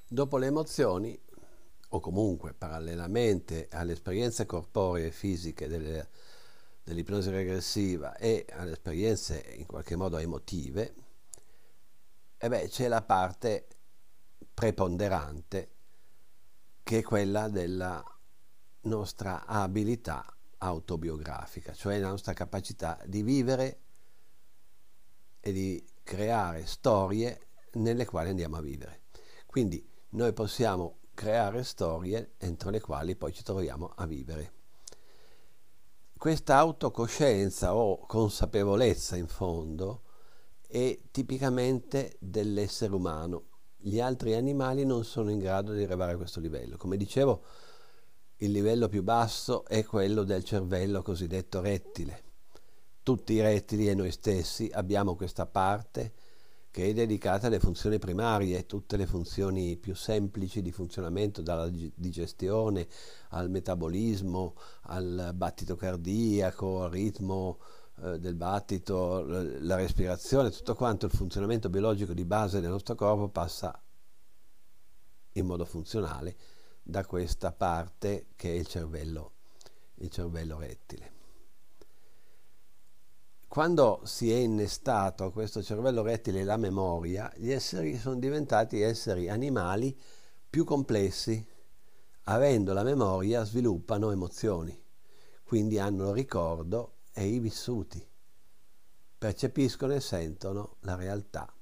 Dopo le emozioni, o comunque parallelamente alle esperienze corporee e fisiche dell'ipnosi regressiva e alle esperienze in qualche modo emotive, c'è la parte preponderante, che è quella della nostra abilità autobiografica, cioè la nostra capacità di vivere e di creare storie nelle quali andiamo a vivere. Quindi noi possiamo creare storie entro le quali poi ci troviamo a vivere. Questa autocoscienza o consapevolezza, in fondo, è tipicamente dell'essere umano. Gli altri animali non sono in grado di arrivare a questo livello. Come dicevo, il livello più basso è quello del cervello cosiddetto rettile. Tutti i rettili e noi stessi abbiamo questa parte che è dedicata alle funzioni primarie, tutte le funzioni più semplici di funzionamento, dalla digestione al metabolismo, al battito cardiaco, al ritmo del battito, la respirazione, tutto quanto il funzionamento biologico di base del nostro corpo passa in modo funzionale da questa parte che è il cervello rettile. Quando si è innestato a questo cervello rettile la memoria, gli esseri sono diventati esseri animali più complessi. Avendo la memoria sviluppano emozioni, quindi hanno ricordo e i vissuti, percepiscono e sentono la realtà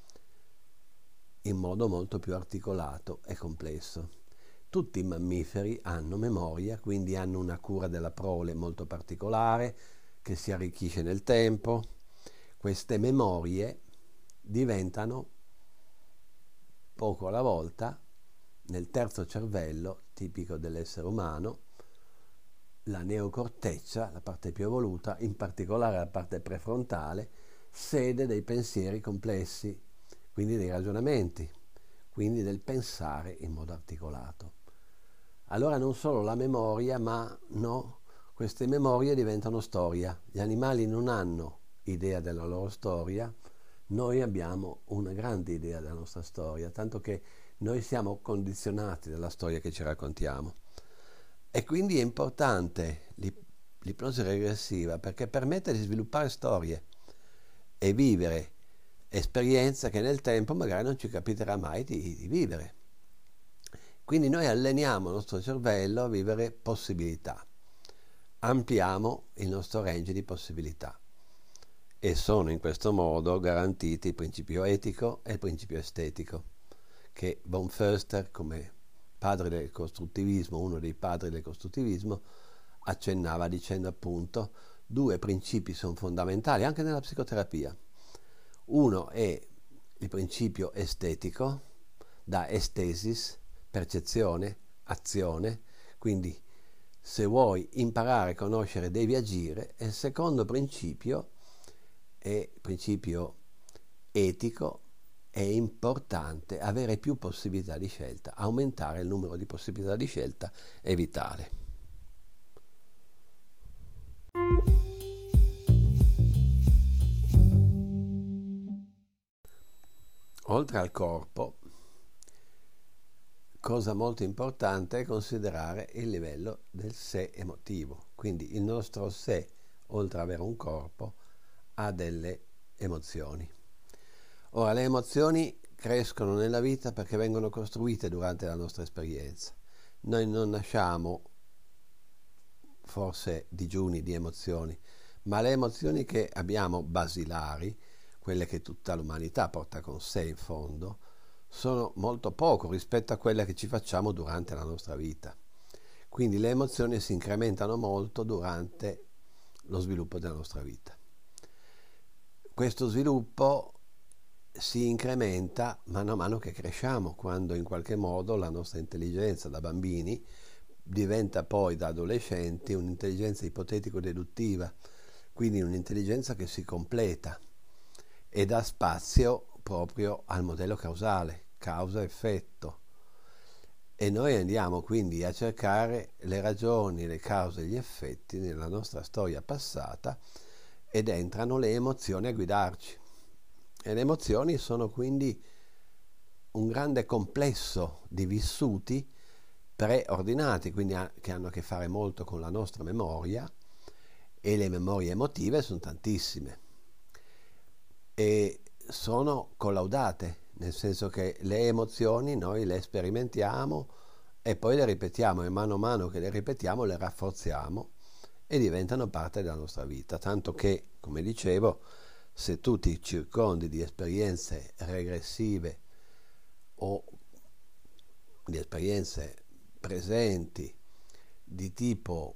in modo molto più articolato e complesso. Tutti i mammiferi hanno memoria, quindi hanno una cura della prole molto particolare, che si arricchisce nel tempo. Queste memorie diventano poco alla volta nel terzo cervello tipico dell'essere umano, la neocorteccia, la parte più evoluta, in particolare la parte prefrontale, sede dei pensieri complessi, quindi dei ragionamenti, quindi del pensare in modo articolato. Allora non solo la memoria, ma no, queste memorie diventano storia. Gli animali non hanno idea della loro storia, noi abbiamo una grande idea della nostra storia, tanto che noi siamo condizionati dalla storia che ci raccontiamo. E quindi è importante l'ipnosi regressiva perché permette di sviluppare storie e vivere esperienze che nel tempo magari non ci capiterà mai di vivere. Quindi noi alleniamo il nostro cervello a vivere possibilità, ampliamo il nostro range di possibilità e sono in questo modo garantiti il principio etico e il principio estetico, che von Foerster, come padre del costruttivismo, uno dei padri del costruttivismo, accennava dicendo appunto: due principi sono fondamentali anche nella psicoterapia. Uno è il principio estetico, da estesis, percezione, azione, quindi se vuoi imparare a conoscere devi agire, e il secondo principio è principio etico. È importante avere più possibilità di scelta, aumentare il numero di possibilità di scelta è vitale. Oltre al corpo, cosa molto importante è considerare il livello del sé emotivo. Quindi il nostro sé, oltre ad avere un corpo, ha delle emozioni. Ora, le emozioni crescono nella vita perché vengono costruite durante la nostra esperienza. Noi non nasciamo forse digiuni di emozioni, ma le emozioni che abbiamo basilari, quelle che tutta l'umanità porta con sé in fondo, sono molto poco rispetto a quelle che ci facciamo durante la nostra vita. Quindi le emozioni si incrementano molto durante lo sviluppo della nostra vita. Questo sviluppo si incrementa mano a mano che cresciamo, quando in qualche modo la nostra intelligenza da bambini diventa poi da adolescenti un'intelligenza ipotetico-deduttiva, quindi un'intelligenza che si completa e dà spazio proprio al modello causale, causa-effetto. E noi andiamo quindi a cercare le ragioni, le cause e gli effetti nella nostra storia passata, ed entrano le emozioni a guidarci. E le emozioni sono quindi un grande complesso di vissuti preordinati, quindi che hanno a che fare molto con la nostra memoria, e le memorie emotive sono tantissime e sono collaudate, nel senso che le emozioni noi le sperimentiamo e poi le ripetiamo, e mano a mano che le ripetiamo le rafforziamo e diventano parte della nostra vita, tanto che, come dicevo, se tu ti circondi di esperienze regressive o di esperienze presenti di tipo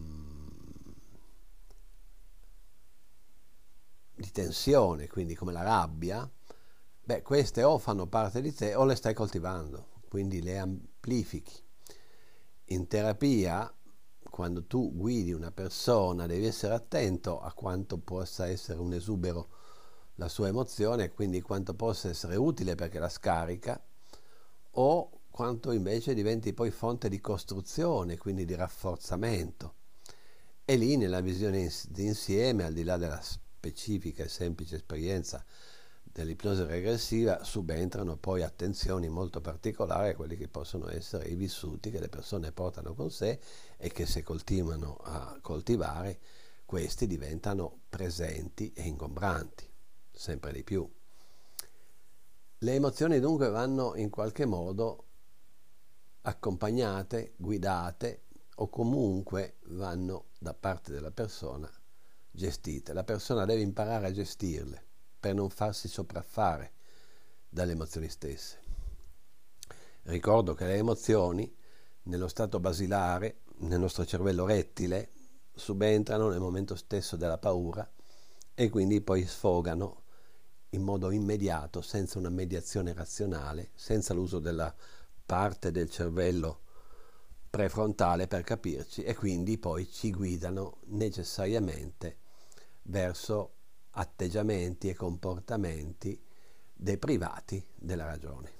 di tensione, quindi come la rabbia, beh, queste o fanno parte di te o le stai coltivando, quindi le amplifichi. In terapia, quando tu guidi una persona, devi essere attento a quanto possa essere un esubero la sua emozione, quindi quanto possa essere utile perché la scarica, o quanto invece diventi poi fonte di costruzione, quindi di rafforzamento. E lì, nella visione d'insieme, al di là della specifica e semplice esperienza dell'ipnosi regressiva, subentrano poi attenzioni molto particolari a quelli che possono essere i vissuti che le persone portano con sé e che, se continuano a coltivare, questi diventano presenti e ingombranti, sempre di più. Le emozioni dunque vanno in qualche modo accompagnate, guidate, o comunque vanno da parte della persona gestite. La persona deve imparare a gestirle per non farsi sopraffare dalle emozioni stesse. Ricordo che le emozioni, nello stato basilare, nel nostro cervello rettile, subentrano nel momento stesso della paura e quindi poi sfogano in modo immediato, senza una mediazione razionale, senza l'uso della parte del cervello prefrontale, per capirci, e quindi poi ci guidano necessariamente verso atteggiamenti e comportamenti deprivati della ragione.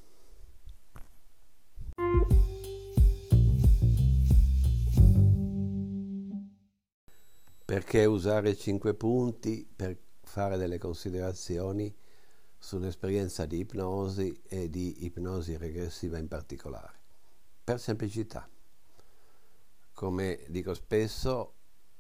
Perché usare 5 punti per fare delle considerazioni sull'esperienza di ipnosi e di ipnosi regressiva in particolare? Per semplicità. Come dico spesso,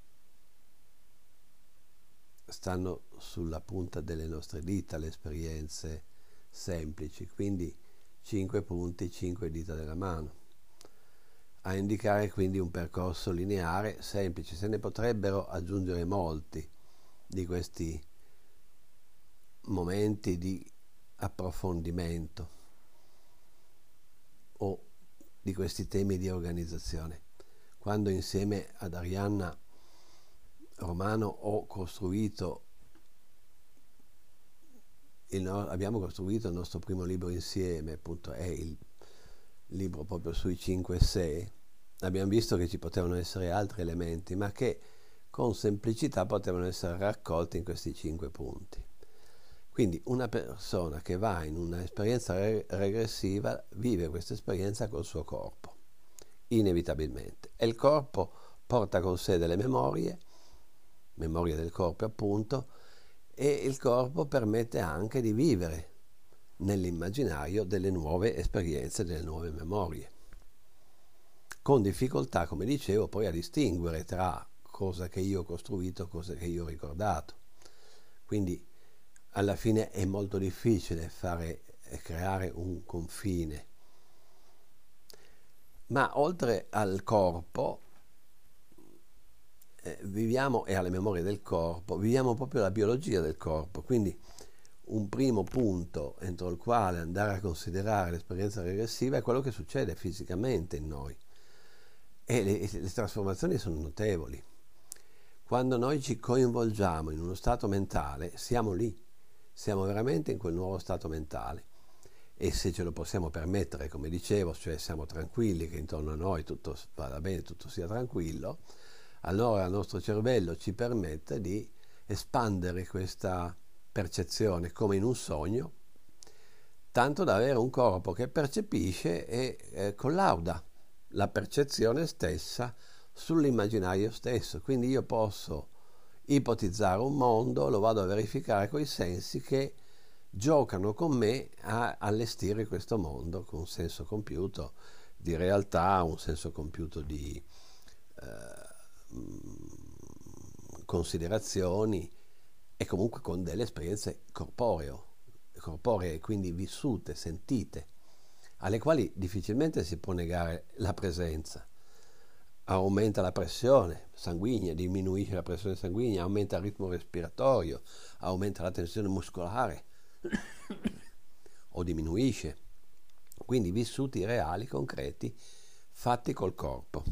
stanno sulla punta delle nostre dita le esperienze semplici, quindi 5 punti, 5 dita della mano, a indicare quindi un percorso lineare semplice. Se ne potrebbero aggiungere molti di questi momenti di approfondimento o di questi temi di organizzazione. Quando insieme ad Arianna Romano abbiamo costruito il nostro primo libro insieme, appunto è il libro proprio sui 5 sé, abbiamo visto che ci potevano essere altri elementi, ma che con semplicità potevano essere raccolti in questi 5 punti. Quindi una persona che va in un'esperienza regressiva vive questa esperienza col suo corpo, inevitabilmente, e il corpo porta con sé delle memorie del corpo appunto, e il corpo permette anche di vivere nell'immaginario delle nuove esperienze, delle nuove memorie, con difficoltà, come dicevo, poi a distinguere tra cosa che io ho costruito e cosa che io ho ricordato. Quindi alla fine è molto difficile creare un confine. Ma oltre al corpo viviamo, e alle memorie del corpo, viviamo proprio la biologia del corpo. Quindi un primo punto entro il quale andare a considerare l'esperienza regressiva è quello che succede fisicamente in noi, e le trasformazioni sono notevoli. Quando noi ci coinvolgiamo in uno stato mentale, siamo lì, siamo veramente in quel nuovo stato mentale, e se ce lo possiamo permettere, come dicevo, cioè siamo tranquilli che intorno a noi tutto vada bene, tutto sia tranquillo, allora il nostro cervello ci permette di espandere questa percezione come in un sogno, tanto da avere un corpo che percepisce e collauda la percezione stessa sull'immaginario stesso. Quindi io posso ipotizzare un mondo, lo vado a verificare coi sensi, che giocano con me a allestire questo mondo con un senso compiuto di realtà, un senso compiuto di considerazioni e comunque con delle esperienze corporee, quindi vissute, sentite, alle quali difficilmente si può negare la presenza. Aumenta la pressione sanguigna, diminuisce la pressione sanguigna, aumenta il ritmo respiratorio, aumenta la tensione muscolare o diminuisce. Quindi vissuti reali, concreti, fatti col corpo.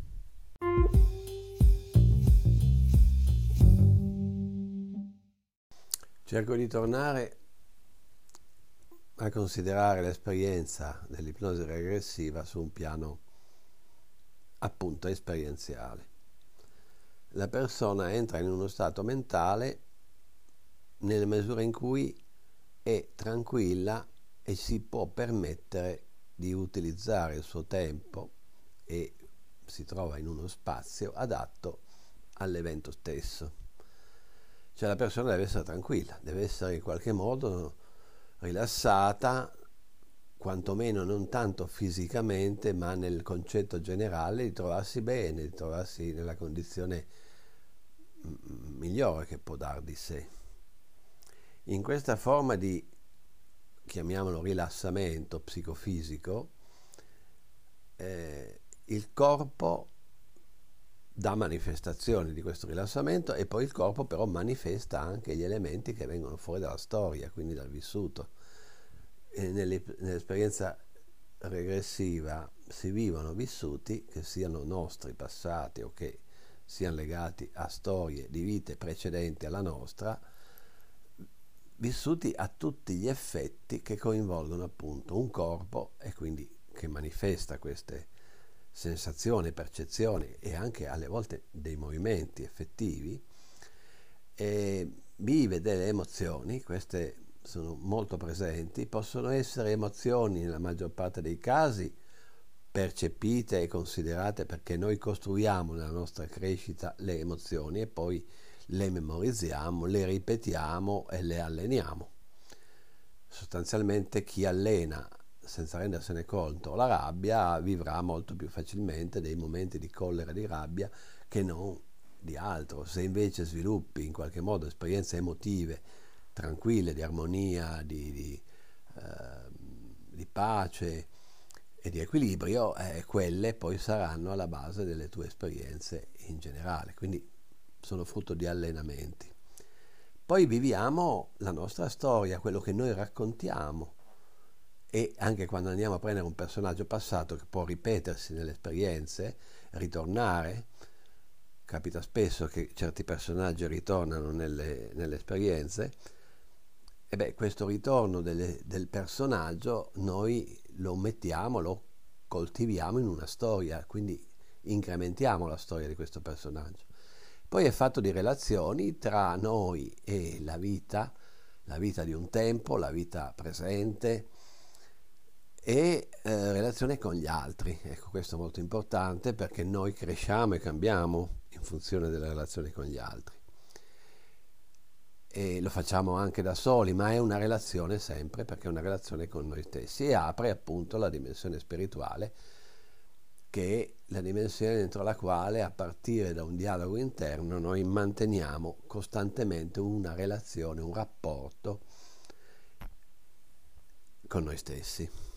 Cerco di tornare a considerare l'esperienza dell'ipnosi regressiva su un piano appunto esperienziale. La persona entra in uno stato mentale nella misura in cui è tranquilla e si può permettere di utilizzare il suo tempo e si trova in uno spazio adatto all'evento stesso. Cioè la persona deve essere tranquilla, deve essere in qualche modo rilassata, quantomeno non tanto fisicamente, ma nel concetto generale di trovarsi bene, di trovarsi nella condizione migliore che può dar di sé. In questa forma di, chiamiamolo rilassamento psicofisico, il corpo dà manifestazioni di questo rilassamento e poi il corpo però manifesta anche gli elementi che vengono fuori dalla storia, quindi dal vissuto. Nell'esperienza regressiva si vivono vissuti che siano nostri passati o che siano legati a storie di vite precedenti alla nostra, vissuti a tutti gli effetti che coinvolgono appunto un corpo e quindi che manifesta queste sensazioni, percezioni e anche alle volte dei movimenti effettivi, e vive delle emozioni. Queste sono molto presenti, possono essere emozioni nella maggior parte dei casi percepite e considerate perché noi costruiamo nella nostra crescita le emozioni e poi le memorizziamo, le ripetiamo e le alleniamo. Sostanzialmente chi allena senza rendersene conto la rabbia vivrà molto più facilmente dei momenti di collera e di rabbia che non di altro. Se invece sviluppi in qualche modo esperienze emotive tranquille, di armonia, di pace e di equilibrio, quelle poi saranno alla base delle tue esperienze in generale, quindi sono frutto di allenamenti. Poi viviamo la nostra storia, quello che noi raccontiamo, e anche quando andiamo a prendere un personaggio passato che può ripetersi nelle esperienze, ritornare, capita spesso che certi personaggi ritornano nelle esperienze, e questo ritorno del personaggio noi lo mettiamo, lo coltiviamo in una storia, quindi incrementiamo la storia di questo personaggio. Poi è fatto di relazioni tra noi e la vita di un tempo, la vita presente e relazione con gli altri. Ecco, questo è molto importante perché noi cresciamo e cambiamo in funzione delle relazioni con gli altri. E lo facciamo anche da soli, ma è una relazione sempre perché è una relazione con noi stessi e apre appunto la dimensione spirituale, che è la dimensione dentro la quale a partire da un dialogo interno noi manteniamo costantemente una relazione, un rapporto con noi stessi.